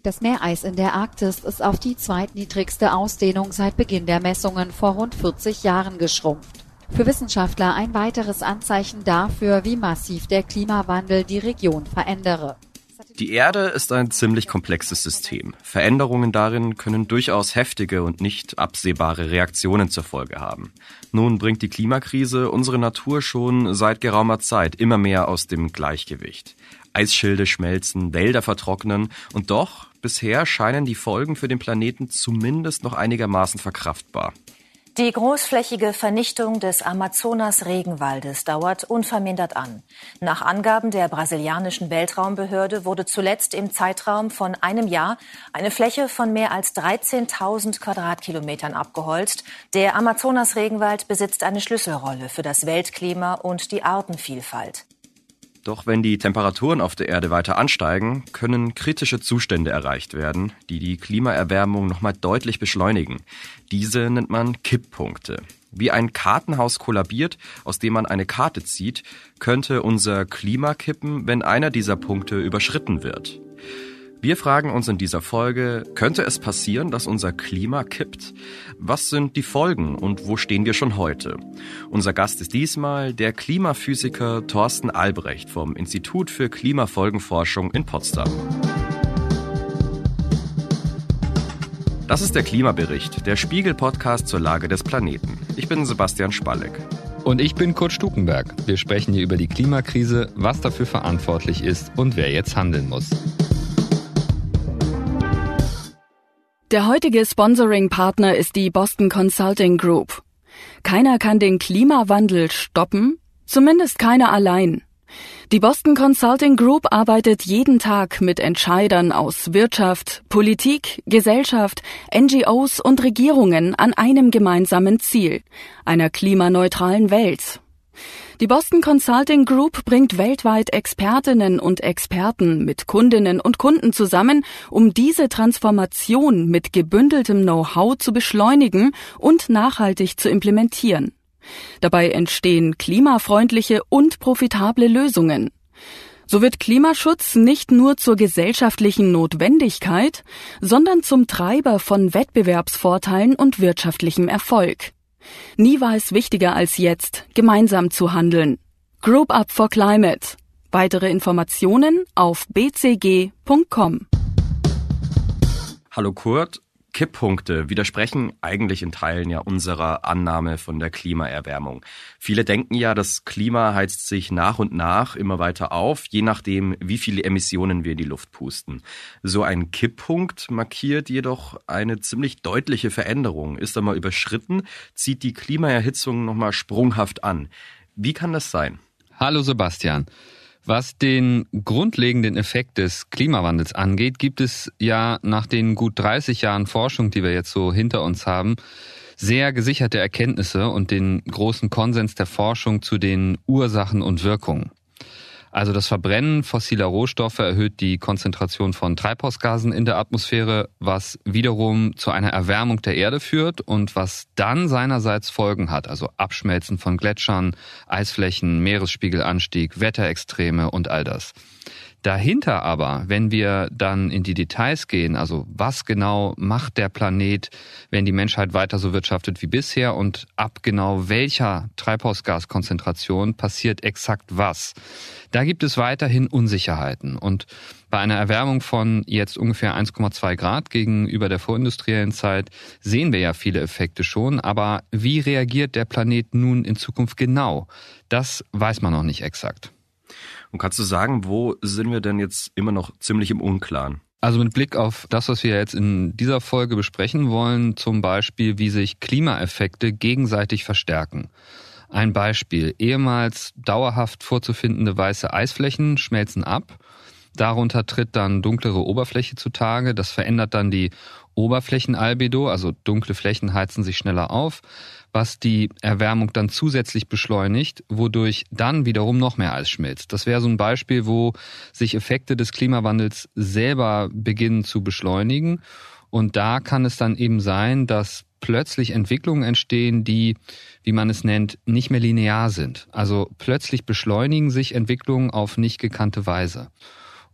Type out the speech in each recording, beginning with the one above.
Das Meereis in der Arktis ist auf die zweitniedrigste Ausdehnung seit Beginn der Messungen vor rund 40 Jahren geschrumpft. Für Wissenschaftler ein weiteres Anzeichen dafür, wie massiv der Klimawandel die Region verändere. Die Erde ist ein ziemlich komplexes System. Veränderungen darin können durchaus heftige und nicht absehbare Reaktionen zur Folge haben. Nun bringt die Klimakrise unsere Natur schon seit geraumer Zeit immer mehr aus dem Gleichgewicht. Eisschilde schmelzen, Wälder vertrocknen und doch, bisher scheinen die Folgen für den Planeten zumindest noch einigermaßen verkraftbar. Die großflächige Vernichtung des Amazonas-Regenwaldes dauert unvermindert an. Nach Angaben der brasilianischen Weltraumbehörde wurde zuletzt im Zeitraum von einem Jahr eine Fläche von mehr als 13.000 Quadratkilometern abgeholzt. Der Amazonas-Regenwald besitzt eine Schlüsselrolle für das Weltklima und die Artenvielfalt. Doch wenn die Temperaturen auf der Erde weiter ansteigen, können kritische Zustände erreicht werden, die die Klimaerwärmung nochmal deutlich beschleunigen. Diese nennt man Kipppunkte. Wie ein Kartenhaus kollabiert, aus dem man eine Karte zieht, könnte unser Klima kippen, wenn einer dieser Punkte überschritten wird. Wir fragen uns in dieser Folge, könnte es passieren, dass unser Klima kippt? Was sind die Folgen und wo stehen wir schon heute? Unser Gast ist diesmal der Klimaphysiker Thorsten Albrecht vom Institut für Klimafolgenforschung in Potsdam. Das ist der Klimabericht, der Spiegel-Podcast zur Lage des Planeten. Ich bin Sebastian Spalleck. Und ich bin Kurt Stukenberg. Wir sprechen hier über die Klimakrise, was dafür verantwortlich ist und wer jetzt handeln muss. Der heutige Sponsoring-Partner ist die Boston Consulting Group. Keiner kann den Klimawandel stoppen, zumindest keiner allein. Die Boston Consulting Group arbeitet jeden Tag mit Entscheidern aus Wirtschaft, Politik, Gesellschaft, NGOs und Regierungen an einem gemeinsamen Ziel, einer klimaneutralen Welt. Die Boston Consulting Group bringt weltweit Expertinnen und Experten mit Kundinnen und Kunden zusammen, um diese Transformation mit gebündeltem Know-how zu beschleunigen und nachhaltig zu implementieren. Dabei entstehen klimafreundliche und profitable Lösungen. So wird Klimaschutz nicht nur zur gesellschaftlichen Notwendigkeit, sondern zum Treiber von Wettbewerbsvorteilen und wirtschaftlichem Erfolg. Nie war es wichtiger als jetzt, gemeinsam zu handeln. Group Up for Climate. Weitere Informationen auf bcg.com. Hallo Kurt. Kipppunkte widersprechen eigentlich in Teilen ja unserer Annahme von der Klimaerwärmung. Viele denken ja, das Klima heizt sich nach und nach immer weiter auf, je nachdem, wie viele Emissionen wir in die Luft pusten. So ein Kipppunkt markiert jedoch eine ziemlich deutliche Veränderung. Ist einmal überschritten, zieht die Klimaerhitzung nochmal sprunghaft an. Wie kann das sein? Hallo Sebastian. Was den grundlegenden Effekt des Klimawandels angeht, gibt es ja nach den gut 30 Jahren Forschung, die wir jetzt so hinter uns haben, sehr gesicherte Erkenntnisse und den großen Konsens der Forschung zu den Ursachen und Wirkungen. Also das Verbrennen fossiler Rohstoffe erhöht die Konzentration von Treibhausgasen in der Atmosphäre, was wiederum zu einer Erwärmung der Erde führt und was dann seinerseits Folgen hat, also Abschmelzen von Gletschern, Eisflächen, Meeresspiegelanstieg, Wetterextreme und all das. Dahinter aber, wenn wir dann in die Details gehen, also was genau macht der Planet, wenn die Menschheit weiter so wirtschaftet wie bisher und ab genau welcher Treibhausgaskonzentration passiert exakt was, da gibt es weiterhin Unsicherheiten. Und bei einer Erwärmung von jetzt ungefähr 1,2 Grad gegenüber der vorindustriellen Zeit sehen wir ja viele Effekte schon, aber wie reagiert der Planet nun in Zukunft genau? Das weiß man noch nicht exakt. Und kannst du sagen, wo sind wir denn jetzt immer noch ziemlich im Unklaren? Also mit Blick auf das, was wir jetzt in dieser Folge besprechen wollen, zum Beispiel, wie sich Klimaeffekte gegenseitig verstärken. Ein Beispiel: ehemals dauerhaft vorzufindende weiße Eisflächen schmelzen ab. Darunter tritt dann dunklere Oberfläche zutage. Das verändert dann die Oberflächenalbedo, also dunkle Flächen heizen sich schneller auf, was die Erwärmung dann zusätzlich beschleunigt, wodurch dann wiederum noch mehr Eis schmilzt. Das wäre so ein Beispiel, wo sich Effekte des Klimawandels selber beginnen zu beschleunigen. Und da kann es dann eben sein, dass plötzlich Entwicklungen entstehen, die, wie man es nennt, nicht mehr linear sind. Also plötzlich beschleunigen sich Entwicklungen auf nicht gekannte Weise.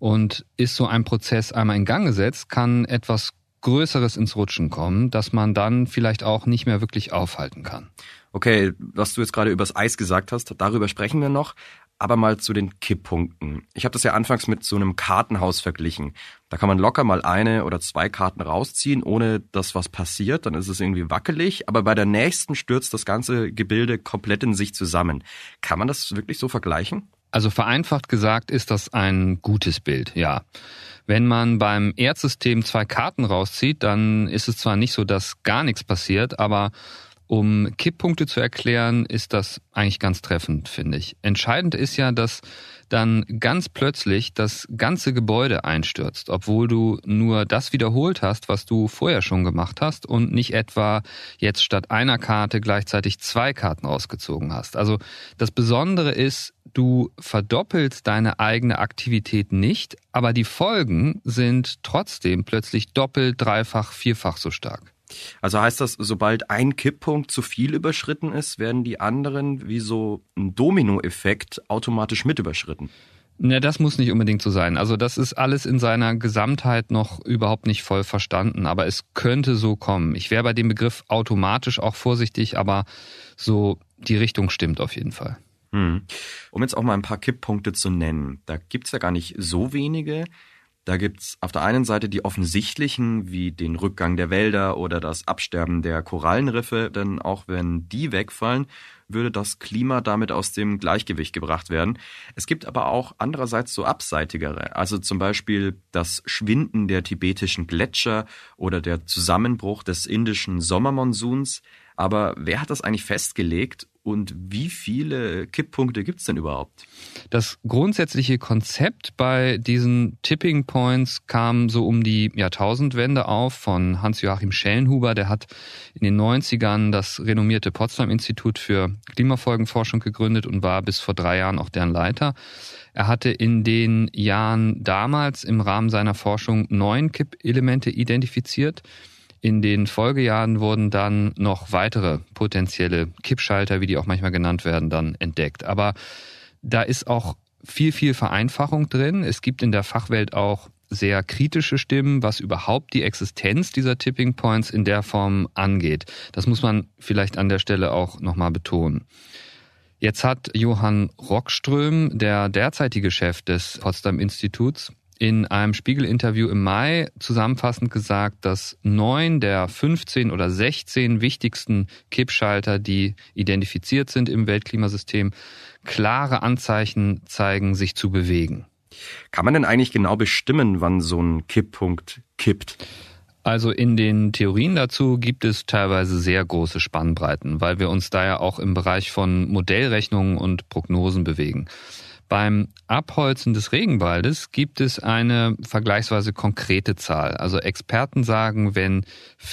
Und ist so ein Prozess einmal in Gang gesetzt, kann etwas Größeres ins Rutschen kommen, das man dann vielleicht auch nicht mehr wirklich aufhalten kann. Okay, was du jetzt gerade übers Eis gesagt hast, darüber sprechen wir noch. Aber mal zu den Kipppunkten. Ich habe das ja anfangs mit so einem Kartenhaus verglichen. Da kann man locker mal 1 oder 2 Karten rausziehen, ohne dass was passiert. Dann ist es irgendwie wackelig. Aber bei der nächsten stürzt das ganze Gebilde komplett in sich zusammen. Kann man das wirklich so vergleichen? Also vereinfacht gesagt ist das ein gutes Bild, ja. Wenn man beim Erdsystem 2 Karten rauszieht, dann ist es zwar nicht so, dass gar nichts passiert, aber um Kipppunkte zu erklären, ist das eigentlich ganz treffend, finde ich. Entscheidend ist ja, dass dann ganz plötzlich das ganze Gebäude einstürzt, obwohl du nur das wiederholt hast, was du vorher schon gemacht hast und nicht etwa jetzt statt einer Karte gleichzeitig 2 Karten rausgezogen hast. Also das Besondere ist, du verdoppelst deine eigene Aktivität nicht, aber die Folgen sind trotzdem plötzlich doppelt, dreifach, vierfach so stark. Also heißt das, sobald ein Kipppunkt zu viel überschritten ist, werden die anderen wie so ein Dominoeffekt automatisch mit überschritten? Ne, das muss nicht unbedingt so sein. Also das ist alles in seiner Gesamtheit noch überhaupt nicht voll verstanden, aber es könnte so kommen. Ich wäre bei dem Begriff automatisch auch vorsichtig, aber so die Richtung stimmt auf jeden Fall. Um jetzt auch mal ein paar Kipppunkte zu nennen, da gibt's ja gar nicht so wenige. Da gibt's auf der einen Seite die offensichtlichen, wie den Rückgang der Wälder oder das Absterben der Korallenriffe, denn auch wenn die wegfallen, würde das Klima damit aus dem Gleichgewicht gebracht werden. Es gibt aber auch andererseits so abseitigere, also zum Beispiel das Schwinden der tibetischen Gletscher oder der Zusammenbruch des indischen Sommermonsuns. Aber wer hat das eigentlich festgelegt und wie viele Kipppunkte gibt's denn überhaupt? Das grundsätzliche Konzept bei diesen Tipping Points kam so um die Jahrtausendwende auf von Hans-Joachim Schellenhuber. Der hat in den 90ern das renommierte Potsdam-Institut für Klimafolgenforschung gegründet und war bis vor 3 Jahren auch deren Leiter. Er hatte in den Jahren damals im Rahmen seiner Forschung 9 Kippelemente identifiziert. In den Folgejahren wurden dann noch weitere potenzielle Kippschalter, wie die auch manchmal genannt werden, dann entdeckt. Aber da ist auch viel Vereinfachung drin. Es gibt in der Fachwelt auch sehr kritische Stimmen, was überhaupt die Existenz dieser Tipping Points in der Form angeht. Das muss man vielleicht an der Stelle auch nochmal betonen. Jetzt hat Johann Rockström, der derzeitige Chef des Potsdam-Instituts, in einem Spiegel-Interview im Mai zusammenfassend gesagt, dass 9 der 15 oder 16 wichtigsten Kippschalter, die identifiziert sind im Weltklimasystem, klare Anzeichen zeigen, sich zu bewegen. Kann man denn eigentlich genau bestimmen, wann so ein Kipppunkt kippt? Also in den Theorien dazu gibt es teilweise sehr große Spannbreiten, weil wir uns da ja auch im Bereich von Modellrechnungen und Prognosen bewegen. Beim Abholzen des Regenwaldes gibt es eine vergleichsweise konkrete Zahl. Also Experten sagen, wenn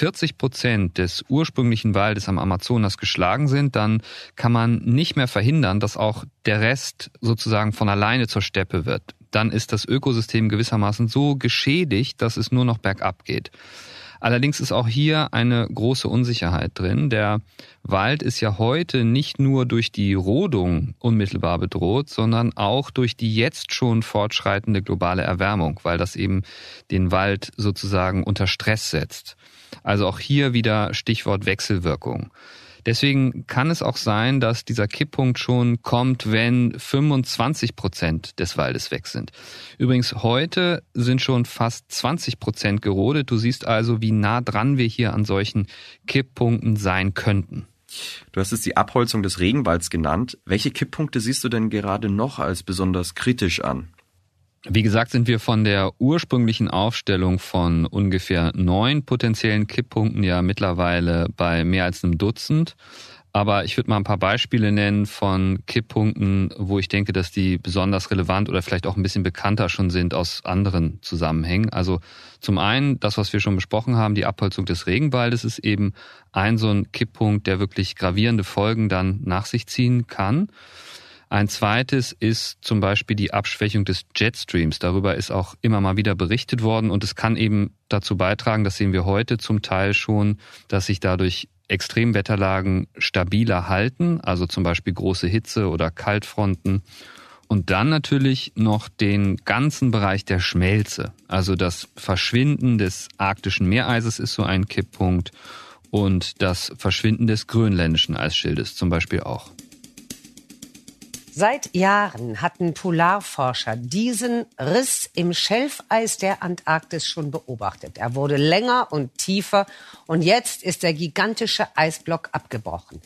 40% des ursprünglichen Waldes am Amazonas geschlagen sind, dann kann man nicht mehr verhindern, dass auch der Rest sozusagen von alleine zur Steppe wird. Dann ist das Ökosystem gewissermaßen so geschädigt, dass es nur noch bergab geht. Allerdings ist auch hier eine große Unsicherheit drin. Der Wald ist ja heute nicht nur durch die Rodung unmittelbar bedroht, sondern auch durch die jetzt schon fortschreitende globale Erwärmung, weil das eben den Wald sozusagen unter Stress setzt. Also auch hier wieder Stichwort Wechselwirkung. Deswegen kann es auch sein, dass dieser Kipppunkt schon kommt, wenn 25% des Waldes weg sind. Übrigens, heute sind schon fast 20% gerodet. Du siehst also, wie nah dran wir hier an solchen Kipppunkten sein könnten. Du hast jetzt die Abholzung des Regenwalds genannt. Welche Kipppunkte siehst du denn gerade noch als besonders kritisch an? Wie gesagt, sind wir von der ursprünglichen Aufstellung von ungefähr 9 potenziellen Kipppunkten ja mittlerweile bei mehr als einem Dutzend. Aber ich würde mal ein paar Beispiele nennen von Kipppunkten, wo ich denke, dass die besonders relevant oder vielleicht auch ein bisschen bekannter schon sind aus anderen Zusammenhängen. Also zum einen, das, was wir schon besprochen haben, die Abholzung des Regenwaldes ist eben so ein Kipppunkt, der wirklich gravierende Folgen dann nach sich ziehen kann. Ein zweites ist zum Beispiel die Abschwächung des Jetstreams. Darüber ist auch immer mal wieder berichtet worden und es kann eben dazu beitragen, das sehen wir heute zum Teil schon, dass sich dadurch Extremwetterlagen stabiler halten, also zum Beispiel große Hitze oder Kaltfronten. Und dann natürlich noch den ganzen Bereich der Schmelze. Also das Verschwinden des arktischen Meereises ist so ein Kipppunkt und das Verschwinden des grönländischen Eisschildes zum Beispiel auch. Seit Jahren hatten Polarforscher diesen Riss im Schelfeis der Antarktis schon beobachtet. Er wurde länger und tiefer und jetzt ist der gigantische Eisblock abgebrochen.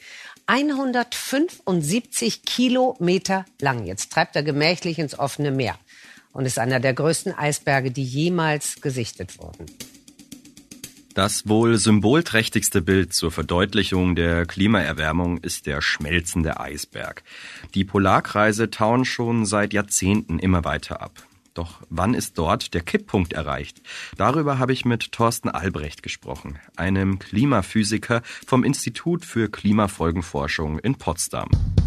175 Kilometer lang. Jetzt treibt er gemächlich ins offene Meer und ist einer der größten Eisberge, die jemals gesichtet wurden. Das wohl symbolträchtigste Bild zur Verdeutlichung der Klimaerwärmung ist der schmelzende Eisberg. Die Polarkreise tauen schon seit Jahrzehnten immer weiter ab. Doch wann ist dort der Kipppunkt erreicht? Darüber habe ich mit Thorsten Albrecht gesprochen, einem Klimaphysiker vom Institut für Klimafolgenforschung in Potsdam.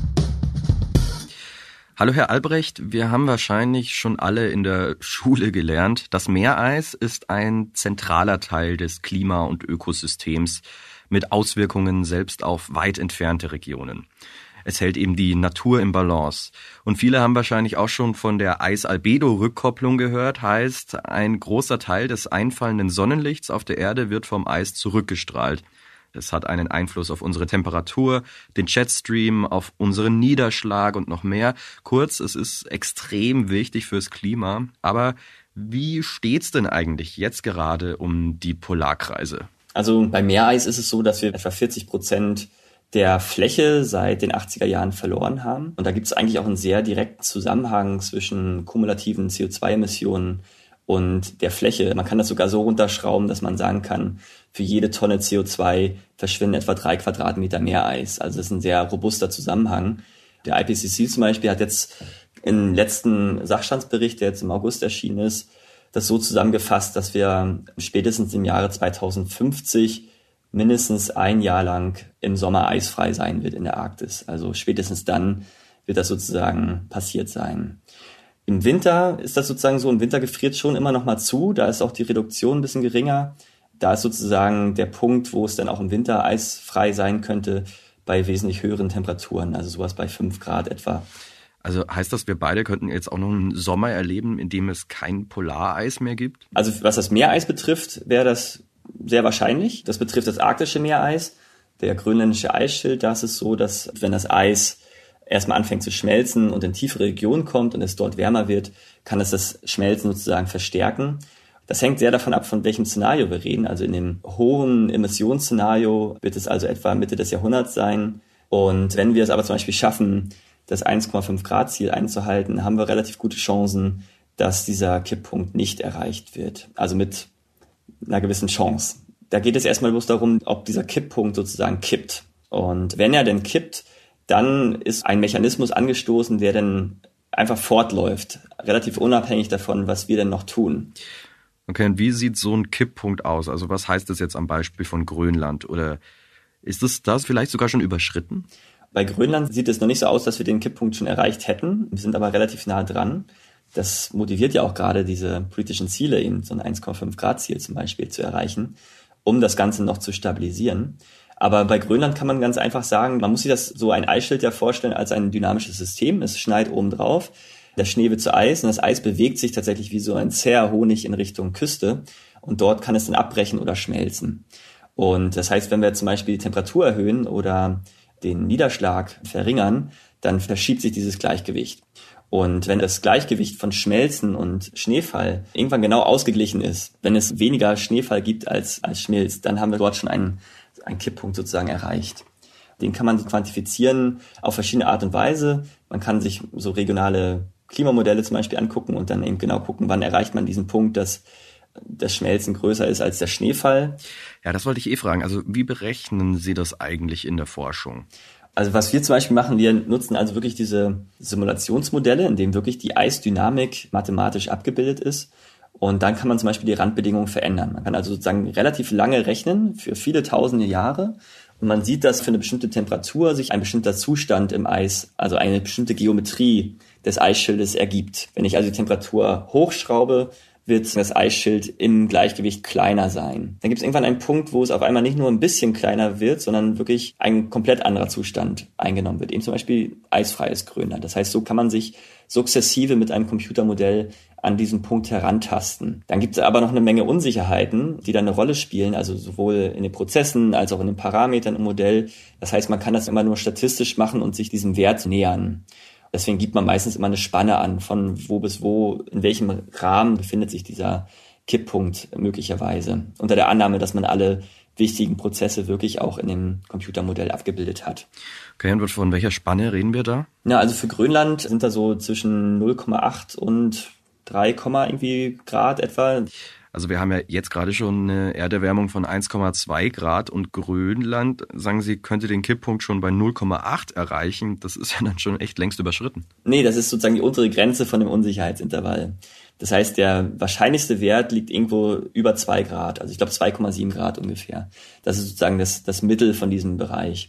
Hallo Herr Albrecht, wir haben wahrscheinlich schon alle in der Schule gelernt, das Meereis ist ein zentraler Teil des Klima- und Ökosystems mit Auswirkungen selbst auf weit entfernte Regionen. Es hält eben die Natur im Balance. Und viele haben wahrscheinlich auch schon von der Eis-Albedo-Rückkopplung gehört. Heißt, ein großer Teil des einfallenden Sonnenlichts auf der Erde wird vom Eis zurückgestrahlt. Das hat einen Einfluss auf unsere Temperatur, den Jetstream, auf unseren Niederschlag und noch mehr. Kurz, es ist extrem wichtig fürs Klima. Aber wie steht's denn eigentlich jetzt gerade um die Polarkreise? Also beim Meereis ist es so, dass wir etwa 40% der Fläche seit den 80er Jahren verloren haben. Und da gibt es eigentlich auch einen sehr direkten Zusammenhang zwischen kumulativen CO2-Emissionen und der Fläche. Man kann das sogar so runterschrauben, dass man sagen kann, für jede Tonne CO2 verschwinden etwa 3 Quadratmeter Meereis. Also das ist ein sehr robuster Zusammenhang. Der IPCC zum Beispiel hat jetzt im letzten Sachstandsbericht, der jetzt im August erschienen ist, das so zusammengefasst, dass wir spätestens im Jahre 2050 mindestens ein Jahr lang im Sommer eisfrei sein wird in der Arktis. Also spätestens dann wird das sozusagen passiert sein. Im Winter ist das sozusagen so, im Winter gefriert schon immer noch mal zu, da ist auch die Reduktion ein bisschen geringer. Da ist sozusagen der Punkt, wo es dann auch im Winter eisfrei sein könnte, bei wesentlich höheren Temperaturen, also sowas bei 5 Grad etwa. Also heißt das, wir beide könnten jetzt auch noch einen Sommer erleben, in dem es kein Polareis mehr gibt? Also was das Meereis betrifft, wäre das sehr wahrscheinlich. Das betrifft das arktische Meereis. Der grönländische Eisschild, da ist es so, dass wenn das Eis erstmal anfängt zu schmelzen und in tiefere Regionen kommt und es dort wärmer wird, kann es das Schmelzen sozusagen verstärken. Das hängt sehr davon ab, von welchem Szenario wir reden. Also in dem hohen Emissionsszenario wird es also etwa Mitte des Jahrhunderts sein. Und wenn wir es aber zum Beispiel schaffen, das 1,5 Grad Ziel einzuhalten, haben wir relativ gute Chancen, dass dieser Kipppunkt nicht erreicht wird. Also mit einer gewissen Chance. Da geht es erstmal bloß darum, ob dieser Kipppunkt sozusagen kippt. Und wenn er denn kippt, dann ist ein Mechanismus angestoßen, der dann einfach fortläuft, relativ unabhängig davon, was wir denn noch tun. Okay, und wie sieht so ein Kipppunkt aus? Also was heißt das jetzt am Beispiel von Grönland? Oder ist das vielleicht sogar schon überschritten? Bei Grönland sieht es noch nicht so aus, dass wir den Kipppunkt schon erreicht hätten. Wir sind aber relativ nah dran. Das motiviert ja auch gerade diese politischen Ziele, eben so ein 1,5 Grad Ziel zum Beispiel zu erreichen, um das Ganze noch zu stabilisieren. Aber bei Grönland kann man ganz einfach sagen, man muss sich das so ein Eisschild ja vorstellen als ein dynamisches System. Es schneit oben drauf, der Schnee wird zu Eis und das Eis bewegt sich tatsächlich wie so ein zäher Honig in Richtung Küste und dort kann es dann abbrechen oder schmelzen. Und das heißt, wenn wir zum Beispiel die Temperatur erhöhen oder den Niederschlag verringern, dann verschiebt sich dieses Gleichgewicht. Und wenn das Gleichgewicht von Schmelzen und Schneefall irgendwann genau ausgeglichen ist, wenn es weniger Schneefall gibt als Schmilz, dann haben wir dort schon einen Kipppunkt sozusagen erreicht. Den kann man quantifizieren auf verschiedene Art und Weise. Man kann sich so regionale Klimamodelle zum Beispiel angucken und dann eben genau gucken, wann erreicht man diesen Punkt, dass das Schmelzen größer ist als der Schneefall. Ja, das wollte ich fragen. Also wie berechnen Sie das eigentlich in der Forschung? Also was wir zum Beispiel machen, wir nutzen also wirklich diese Simulationsmodelle, in denen wirklich die Eisdynamik mathematisch abgebildet ist. Und dann kann man zum Beispiel die Randbedingungen verändern. Man kann also sozusagen relativ lange rechnen, für viele tausende Jahre. Und man sieht, dass für eine bestimmte Temperatur sich ein bestimmter Zustand im Eis, also eine bestimmte Geometrie des Eisschildes ergibt. Wenn ich also die Temperatur hochschraube, wird das Eisschild im Gleichgewicht kleiner sein. Dann gibt es irgendwann einen Punkt, wo es auf einmal nicht nur ein bisschen kleiner wird, sondern wirklich ein komplett anderer Zustand eingenommen wird. Eben zum Beispiel eisfreies Grönland. Das heißt, so kann man sich sukzessive mit einem Computermodell an diesen Punkt herantasten. Dann gibt es aber noch eine Menge Unsicherheiten, die da eine Rolle spielen, also sowohl in den Prozessen als auch in den Parametern im Modell. Das heißt, man kann das immer nur statistisch machen und sich diesem Wert nähern. Deswegen gibt man meistens immer eine Spanne an, von wo bis wo, in welchem Rahmen befindet sich dieser Kipppunkt möglicherweise. Unter der Annahme, dass man alle wichtigen Prozesse wirklich auch in dem Computermodell abgebildet hat. Okay, und von welcher Spanne reden wir da? Ja, also für Grönland sind da so zwischen 0,8 und 3, irgendwie Grad etwa. Also wir haben ja jetzt gerade schon eine Erderwärmung von 1,2 Grad und Grönland, sagen Sie, könnte den Kipppunkt schon bei 0,8 erreichen. Das ist ja dann schon echt längst überschritten. Nee, das ist sozusagen die untere Grenze von dem Unsicherheitsintervall. Das heißt, der wahrscheinlichste Wert liegt irgendwo über 2 Grad, also ich glaube 2,7 Grad ungefähr. Das ist sozusagen das Mittel von diesem Bereich.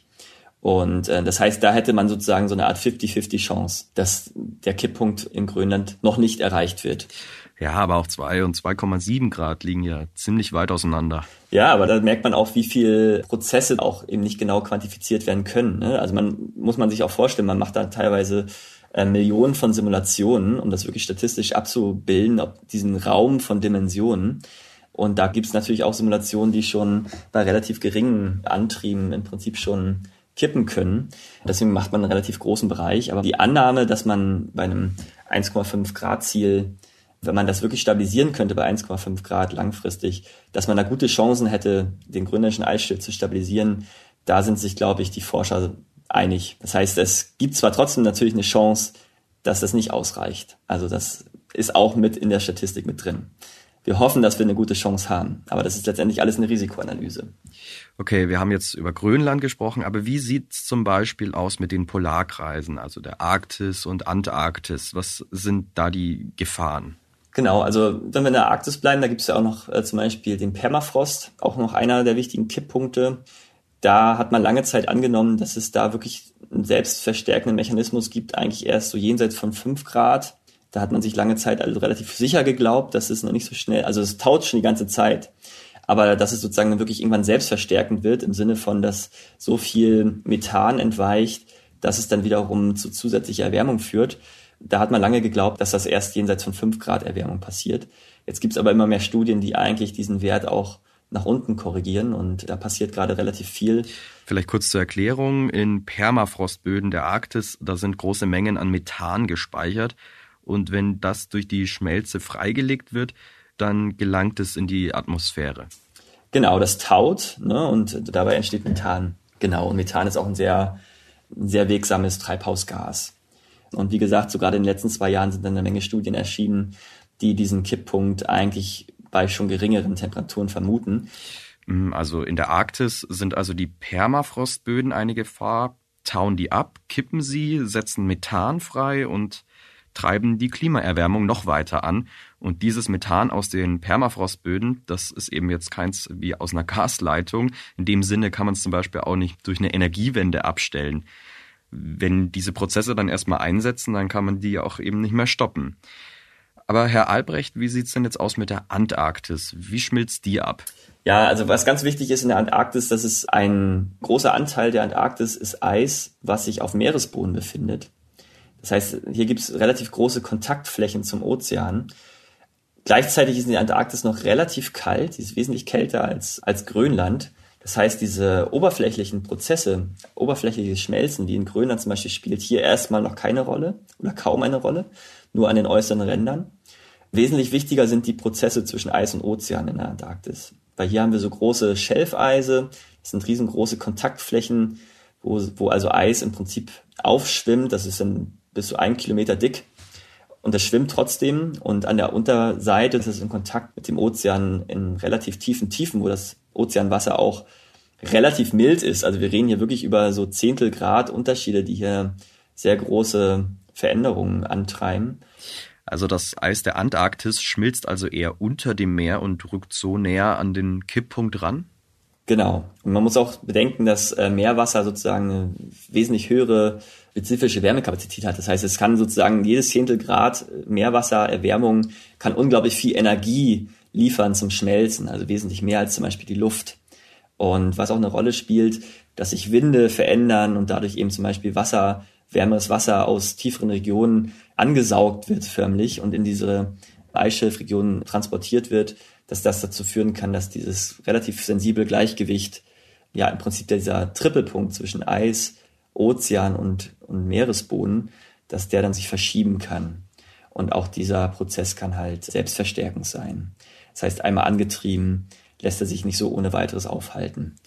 Und das heißt, da hätte man sozusagen so eine Art 50-50 Chance, dass der Kipppunkt in Grönland noch nicht erreicht wird. Ja, aber auch 2 und 2,7 Grad liegen ja ziemlich weit auseinander. Ja, aber da merkt man auch, wie viele Prozesse auch eben nicht genau quantifiziert werden können. Ne? Also muss man sich auch vorstellen, man macht da teilweise Millionen von Simulationen, um das wirklich statistisch abzubilden, ob diesen Raum von Dimensionen. Und da gibt es natürlich auch Simulationen, die schon bei relativ geringen Antrieben im Prinzip schon kippen können. Deswegen macht man einen relativ großen Bereich. Aber die Annahme, dass man bei einem 1,5 Grad Ziel, wenn man das wirklich stabilisieren könnte bei 1,5 Grad langfristig, dass man da gute Chancen hätte, den grönländischen Eisschild zu stabilisieren, da sind sich, glaube ich, die Forscher einig. Das heißt, es gibt zwar trotzdem natürlich eine Chance, dass das nicht ausreicht. Also das ist auch mit in der Statistik mit drin. Wir hoffen, dass wir eine gute Chance haben, aber das ist letztendlich alles eine Risikoanalyse. Okay, wir haben jetzt über Grönland gesprochen, aber wie sieht's zum Beispiel aus mit den Polarkreisen, also der Arktis und Antarktis? Was sind da die Gefahren? Genau, also wenn wir in der Arktis bleiben, da gibt es ja auch noch zum Beispiel den Permafrost, auch noch einer der wichtigen Kipppunkte. Da hat man lange Zeit angenommen, dass es da wirklich einen selbstverstärkenden Mechanismus gibt, eigentlich erst so jenseits von 5 Grad. Da hat man sich lange Zeit also relativ sicher geglaubt, dass es noch nicht so schnell, also es taut schon die ganze Zeit, aber dass es sozusagen wirklich irgendwann selbstverstärkend wird, im Sinne von, dass so viel Methan entweicht, dass es dann wiederum zu zusätzlicher Erwärmung führt. Da hat man lange geglaubt, dass das erst jenseits von 5 Grad Erwärmung passiert. Jetzt gibt es aber immer mehr Studien, die eigentlich diesen Wert auch nach unten korrigieren und da passiert gerade relativ viel. Vielleicht kurz zur Erklärung. In Permafrostböden der Arktis, da sind große Mengen an Methan gespeichert. Und wenn das durch die Schmelze freigelegt wird, dann gelangt es in die Atmosphäre. Genau, das taut, ne, und dabei entsteht Methan. Genau, und Methan ist auch ein sehr wirksames Treibhausgas. Und wie gesagt, so gerade in den letzten 2 Jahren sind dann eine Menge Studien erschienen, die diesen Kipppunkt eigentlich bei schon geringeren Temperaturen vermuten. Also in der Arktis sind also die Permafrostböden eine Gefahr. Tauen die ab, kippen sie, setzen Methan frei und treiben die Klimaerwärmung noch weiter an. Und dieses Methan aus den Permafrostböden, das ist eben jetzt keins wie aus einer Gasleitung. In dem Sinne kann man es zum Beispiel auch nicht durch eine Energiewende abstellen. Wenn diese Prozesse dann erstmal einsetzen, dann kann man die auch eben nicht mehr stoppen. Aber Herr Albrecht, wie sieht's denn jetzt aus mit der Antarktis? Wie schmilzt die ab? Ja, also was ganz wichtig ist in der Antarktis, dass es ein großer Anteil der Antarktis ist Eis, was sich auf Meeresboden befindet. Das heißt, hier gibt es relativ große Kontaktflächen zum Ozean. Gleichzeitig ist die Antarktis noch relativ kalt, sie ist wesentlich kälter als Grönland. Das heißt, diese oberflächlichen Prozesse, oberflächliches Schmelzen, wie in Grönland zum Beispiel, spielt hier erstmal noch keine Rolle oder kaum eine Rolle, nur an den äußeren Rändern. Wesentlich wichtiger sind die Prozesse zwischen Eis und Ozean in der Antarktis. Weil hier haben wir so große Schelfeise, das sind riesengroße Kontaktflächen, wo also Eis im Prinzip aufschwimmt, das ist dann bis zu 1 Kilometer dick und das schwimmt trotzdem und an der Unterseite ist es in Kontakt mit dem Ozean in relativ tiefen Tiefen, wo das Ozeanwasser auch relativ mild ist. Also wir reden hier wirklich über so Zehntelgrad Unterschiede, die hier sehr große Veränderungen antreiben. Also das Eis der Antarktis schmilzt also eher unter dem Meer und rückt so näher an den Kipppunkt ran? Genau. Und man muss auch bedenken, dass Meerwasser sozusagen eine wesentlich höhere spezifische Wärmekapazität hat. Das heißt, es kann sozusagen jedes Zehntel Grad Meerwassererwärmung kann unglaublich viel Energie liefern zum Schmelzen, also wesentlich mehr als zum Beispiel die Luft. Und was auch eine Rolle spielt, dass sich Winde verändern und dadurch eben zum Beispiel wärmeres Wasser aus tieferen Regionen angesaugt wird förmlich und in diese Eisschilfregionen transportiert wird, dass das dazu führen kann, dass dieses relativ sensible Gleichgewicht, ja im Prinzip dieser Trippelpunkt zwischen Eis, Ozean und Meeresboden, dass der dann sich verschieben kann. Und auch dieser Prozess kann halt selbstverstärkend sein. Das heißt, einmal angetrieben, lässt er sich nicht so ohne weiteres aufhalten.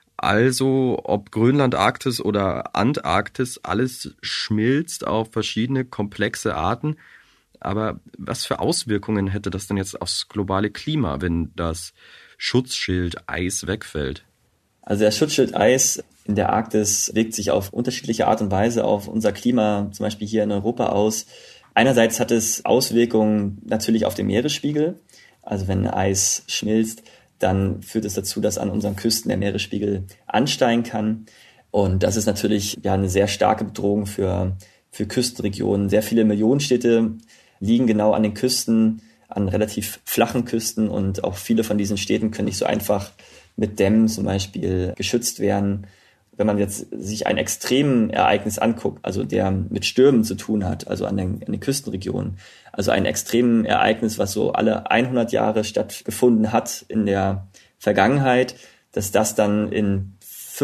Also, ob Grönland, Arktis oder Antarktis, alles schmilzt auf verschiedene komplexe Arten. Aber was für Auswirkungen hätte das denn jetzt aufs globale Klima, wenn das Schutzschild Eis wegfällt? Also das Schutzschild Eis in der Arktis wirkt sich auf unterschiedliche Art und Weise auf unser Klima, zum Beispiel hier in Europa, aus. Einerseits hat es Auswirkungen natürlich auf den Meeresspiegel. Also wenn Eis schmilzt, dann führt es dazu, dass an unseren Küsten der Meeresspiegel ansteigen kann. Und das ist natürlich ja eine sehr starke Bedrohung für Küstenregionen. Sehr viele Millionenstädte liegen genau an den Küsten, an relativ flachen Küsten, und auch viele von diesen Städten können nicht so einfach mit Dämmen zum Beispiel geschützt werden. Wenn man jetzt sich ein Extremereignis anguckt, also der mit Stürmen zu tun hat, also an den Küstenregionen, also ein Extremereignis, was so alle 100 Jahre stattgefunden hat in der Vergangenheit, dass das dann in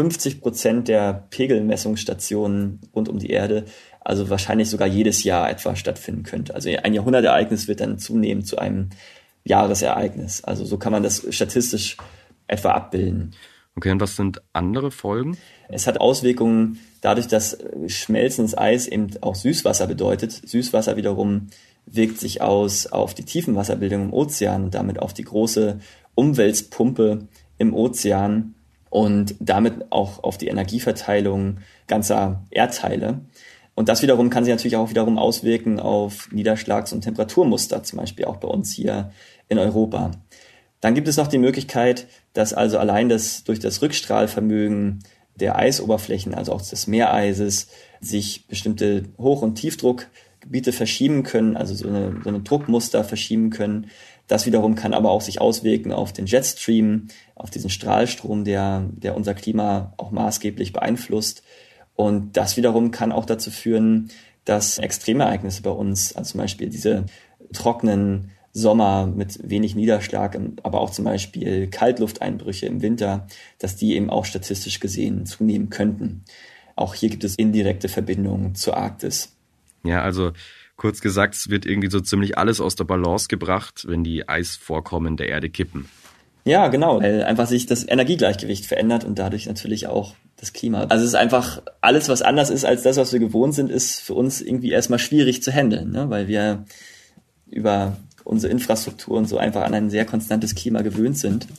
50% der Pegelmessungsstationen rund um die Erde, also wahrscheinlich sogar jedes Jahr etwa stattfinden könnte. Also ein Jahrhundertereignis wird dann zunehmend zu einem Jahresereignis. Also so kann man das statistisch etwa abbilden. Okay, und was sind andere Folgen? Es hat Auswirkungen dadurch, dass schmelzendes Eis eben auch Süßwasser bedeutet. Süßwasser wiederum wirkt sich aus auf die Tiefenwasserbildung im Ozean und damit auf die große Umwälzpumpe im Ozean und damit auch auf die Energieverteilung ganzer Erdteile. Und das wiederum kann sich natürlich auch wiederum auswirken auf Niederschlags- und Temperaturmuster, zum Beispiel auch bei uns hier in Europa. Dann gibt es noch die Möglichkeit, dass also allein durch das Rückstrahlvermögen der Eisoberflächen, also auch des Meereises, sich bestimmte Hoch- und Tiefdruckgebiete verschieben können, also so eine Druckmuster verschieben können. Das wiederum kann aber auch sich auswirken auf den Jetstream, auf diesen Strahlstrom, der unser Klima auch maßgeblich beeinflusst. Und das wiederum kann auch dazu führen, dass Extremereignisse bei uns, also zum Beispiel diese trockenen Sommer mit wenig Niederschlag, aber auch zum Beispiel Kaltlufteinbrüche im Winter, dass die eben auch statistisch gesehen zunehmen könnten. Auch hier gibt es indirekte Verbindungen zur Arktis. Ja, also kurz gesagt, es wird irgendwie so ziemlich alles aus der Balance gebracht, wenn die Eisvorkommen der Erde kippen. Ja, genau, weil einfach sich das Energiegleichgewicht verändert und dadurch natürlich auch das Klima. Also es ist einfach, alles, was anders ist als das, was wir gewohnt sind, ist für uns irgendwie erstmal schwierig zu handeln, ne? Weil wir über unsere Infrastruktur und so einfach an ein sehr konstantes Klima gewöhnt sind.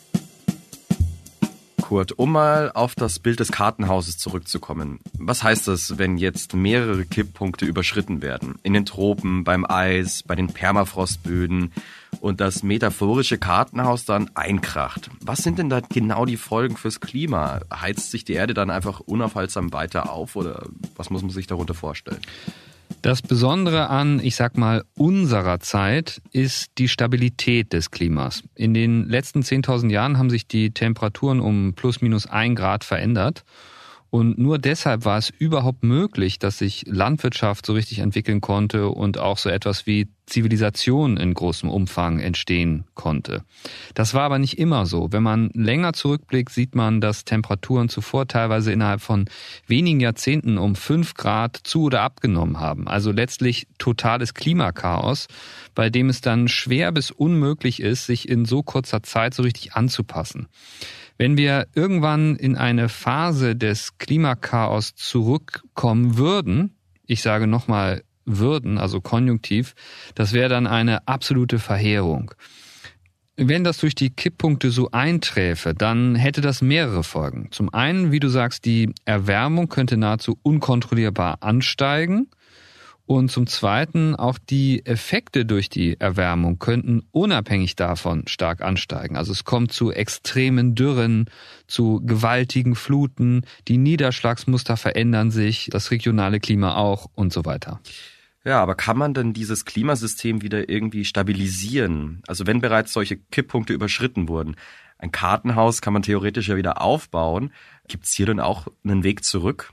Kurt, um mal auf das Bild des Kartenhauses zurückzukommen. Was heißt das, wenn jetzt mehrere Kipppunkte überschritten werden? In den Tropen, beim Eis, bei den Permafrostböden und das metaphorische Kartenhaus dann einkracht. Was sind denn da genau die Folgen fürs Klima? Heizt sich die Erde dann einfach unaufhaltsam weiter auf oder was muss man sich darunter vorstellen? Das Besondere an, ich sag mal, unserer Zeit ist die Stabilität des Klimas. In den letzten 10.000 Jahren haben sich die Temperaturen um plus minus 1 Grad verändert. Und nur deshalb war es überhaupt möglich, dass sich Landwirtschaft so richtig entwickeln konnte und auch so etwas wie Zivilisation in großem Umfang entstehen konnte. Das war aber nicht immer so. Wenn man länger zurückblickt, sieht man, dass Temperaturen zuvor teilweise innerhalb von wenigen Jahrzehnten um 5 Grad zu- oder abgenommen haben. Also letztlich totales Klimakaos, bei dem es dann schwer bis unmöglich ist, sich in so kurzer Zeit so richtig anzupassen. Wenn wir irgendwann in eine Phase des Klimakaos zurückkommen würden, ich sage nochmal würden, also konjunktiv, das wäre dann eine absolute Verheerung. Wenn das durch die Kipppunkte so einträfe, dann hätte das mehrere Folgen. Zum einen, wie du sagst, die Erwärmung könnte nahezu unkontrollierbar ansteigen. Und zum Zweiten, auch die Effekte durch die Erwärmung könnten unabhängig davon stark ansteigen. Also es kommt zu extremen Dürren, zu gewaltigen Fluten, die Niederschlagsmuster verändern sich, das regionale Klima auch und so weiter. Ja, aber kann man denn dieses Klimasystem wieder irgendwie stabilisieren? Also wenn bereits solche Kipppunkte überschritten wurden. Ein Kartenhaus kann man theoretisch ja wieder aufbauen. Gibt es hier denn auch einen Weg zurück?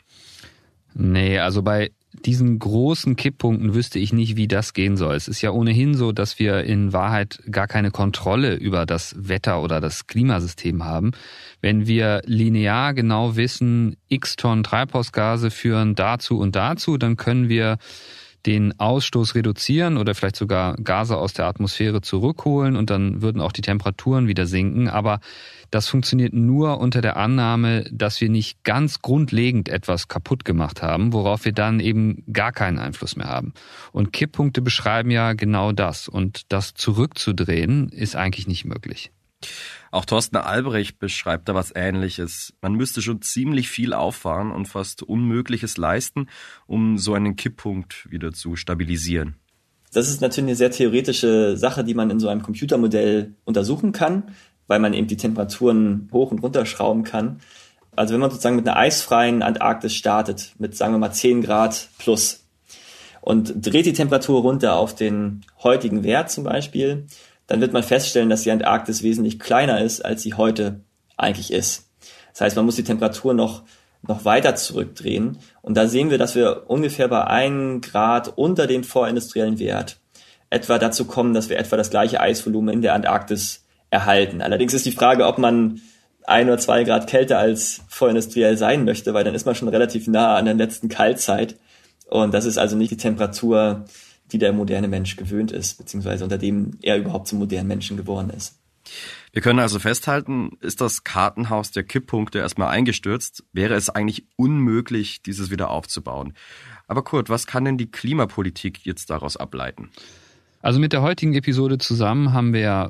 Nee, also bei diesen großen Kipppunkten wüsste ich nicht, wie das gehen soll. Es ist ja ohnehin so, dass wir in Wahrheit gar keine Kontrolle über das Wetter oder das Klimasystem haben. Wenn wir linear genau wissen, x Tonnen Treibhausgase führen dazu und dazu, dann können wir den Ausstoß reduzieren oder vielleicht sogar Gase aus der Atmosphäre zurückholen und dann würden auch die Temperaturen wieder sinken. Aber das funktioniert nur unter der Annahme, dass wir nicht ganz grundlegend etwas kaputt gemacht haben, worauf wir dann eben gar keinen Einfluss mehr haben. Und Kipppunkte beschreiben ja genau das. Und das zurückzudrehen ist eigentlich nicht möglich. Auch Thorsten Albrecht beschreibt da was Ähnliches. Man müsste schon ziemlich viel auffahren und fast Unmögliches leisten, um so einen Kipppunkt wieder zu stabilisieren. Das ist natürlich eine sehr theoretische Sache, die man in so einem Computermodell untersuchen kann, weil man eben die Temperaturen hoch und runter schrauben kann. Also wenn man sozusagen mit einer eisfreien Antarktis startet, mit sagen wir mal 10 Grad plus und dreht die Temperatur runter auf den heutigen Wert zum Beispiel, dann wird man feststellen, dass die Antarktis wesentlich kleiner ist, als sie heute eigentlich ist. Das heißt, man muss die Temperatur noch weiter zurückdrehen. Und da sehen wir, dass wir ungefähr bei 1 Grad unter dem vorindustriellen Wert etwa dazu kommen, dass wir etwa das gleiche Eisvolumen in der Antarktis erhalten. Allerdings ist die Frage, ob man 1 oder 2 Grad kälter als vorindustriell sein möchte, weil dann ist man schon relativ nah an der letzten Kaltzeit. Und das ist also nicht die Temperatur, die der moderne Mensch gewöhnt ist, beziehungsweise unter dem er überhaupt zum modernen Menschen geboren ist. Wir können also festhalten, ist das Kartenhaus der Kipppunkte erstmal eingestürzt, wäre es eigentlich unmöglich, dieses wieder aufzubauen. Aber Kurt, was kann denn die Klimapolitik jetzt daraus ableiten? Also mit der heutigen Episode zusammen haben wir ja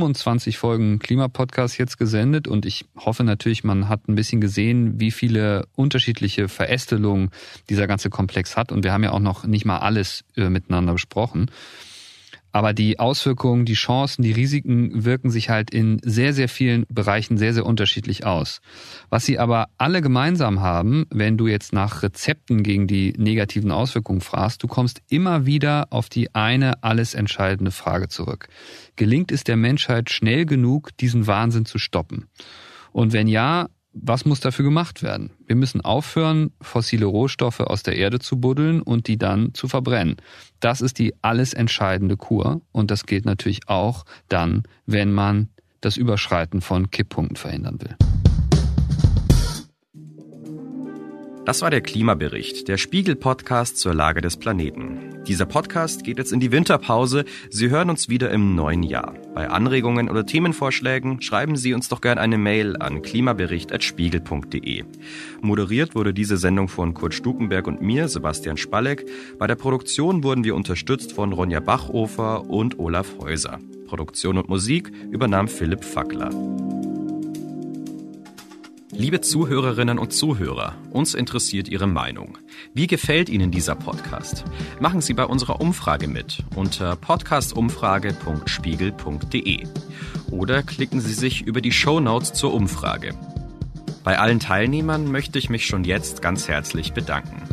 25 Folgen Klimapodcast jetzt gesendet und ich hoffe natürlich, man hat ein bisschen gesehen, wie viele unterschiedliche Verästelungen dieser ganze Komplex hat und wir haben ja auch noch nicht mal alles miteinander besprochen. Aber die Auswirkungen, die Chancen, die Risiken wirken sich halt in sehr, sehr vielen Bereichen sehr, sehr unterschiedlich aus. Was sie aber alle gemeinsam haben, wenn du jetzt nach Rezepten gegen die negativen Auswirkungen fragst, du kommst immer wieder auf die eine alles entscheidende Frage zurück. Gelingt es der Menschheit schnell genug, diesen Wahnsinn zu stoppen? Und wenn ja, was muss dafür gemacht werden? Wir müssen aufhören, fossile Rohstoffe aus der Erde zu buddeln und die dann zu verbrennen. Das ist die alles entscheidende Kur und das gilt natürlich auch dann, wenn man das Überschreiten von Kipppunkten verhindern will. Das war der Klimabericht, der Spiegel-Podcast zur Lage des Planeten. Dieser Podcast geht jetzt in die Winterpause. Sie hören uns wieder im neuen Jahr. Bei Anregungen oder Themenvorschlägen schreiben Sie uns doch gerne eine Mail an klimabericht@spiegel.de. Moderiert wurde diese Sendung von Kurt Stukenberg und mir, Sebastian Spalleck. Bei der Produktion wurden wir unterstützt von Ronja Bachhofer und Olaf Häuser. Produktion und Musik übernahm Philipp Fackler. Liebe Zuhörerinnen und Zuhörer, uns interessiert Ihre Meinung. Wie gefällt Ihnen dieser Podcast? Machen Sie bei unserer Umfrage mit unter podcastumfrage.spiegel.de oder klicken Sie sich über die Shownotes zur Umfrage. Bei allen Teilnehmern möchte ich mich schon jetzt ganz herzlich bedanken.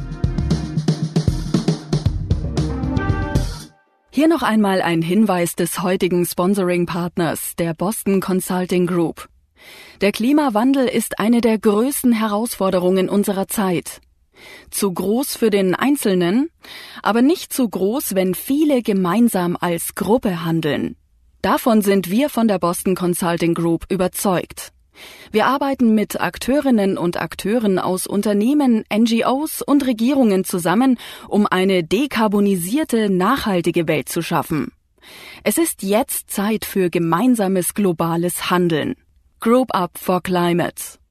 Hier noch einmal ein Hinweis des heutigen Sponsoring-Partners, der Boston Consulting Group. Der Klimawandel ist eine der größten Herausforderungen unserer Zeit. Zu groß für den Einzelnen, aber nicht zu groß, wenn viele gemeinsam als Gruppe handeln. Davon sind wir von der Boston Consulting Group überzeugt. Wir arbeiten mit Akteurinnen und Akteuren aus Unternehmen, NGOs und Regierungen zusammen, um eine dekarbonisierte, nachhaltige Welt zu schaffen. Es ist jetzt Zeit für gemeinsames globales Handeln. Group Up for Climate.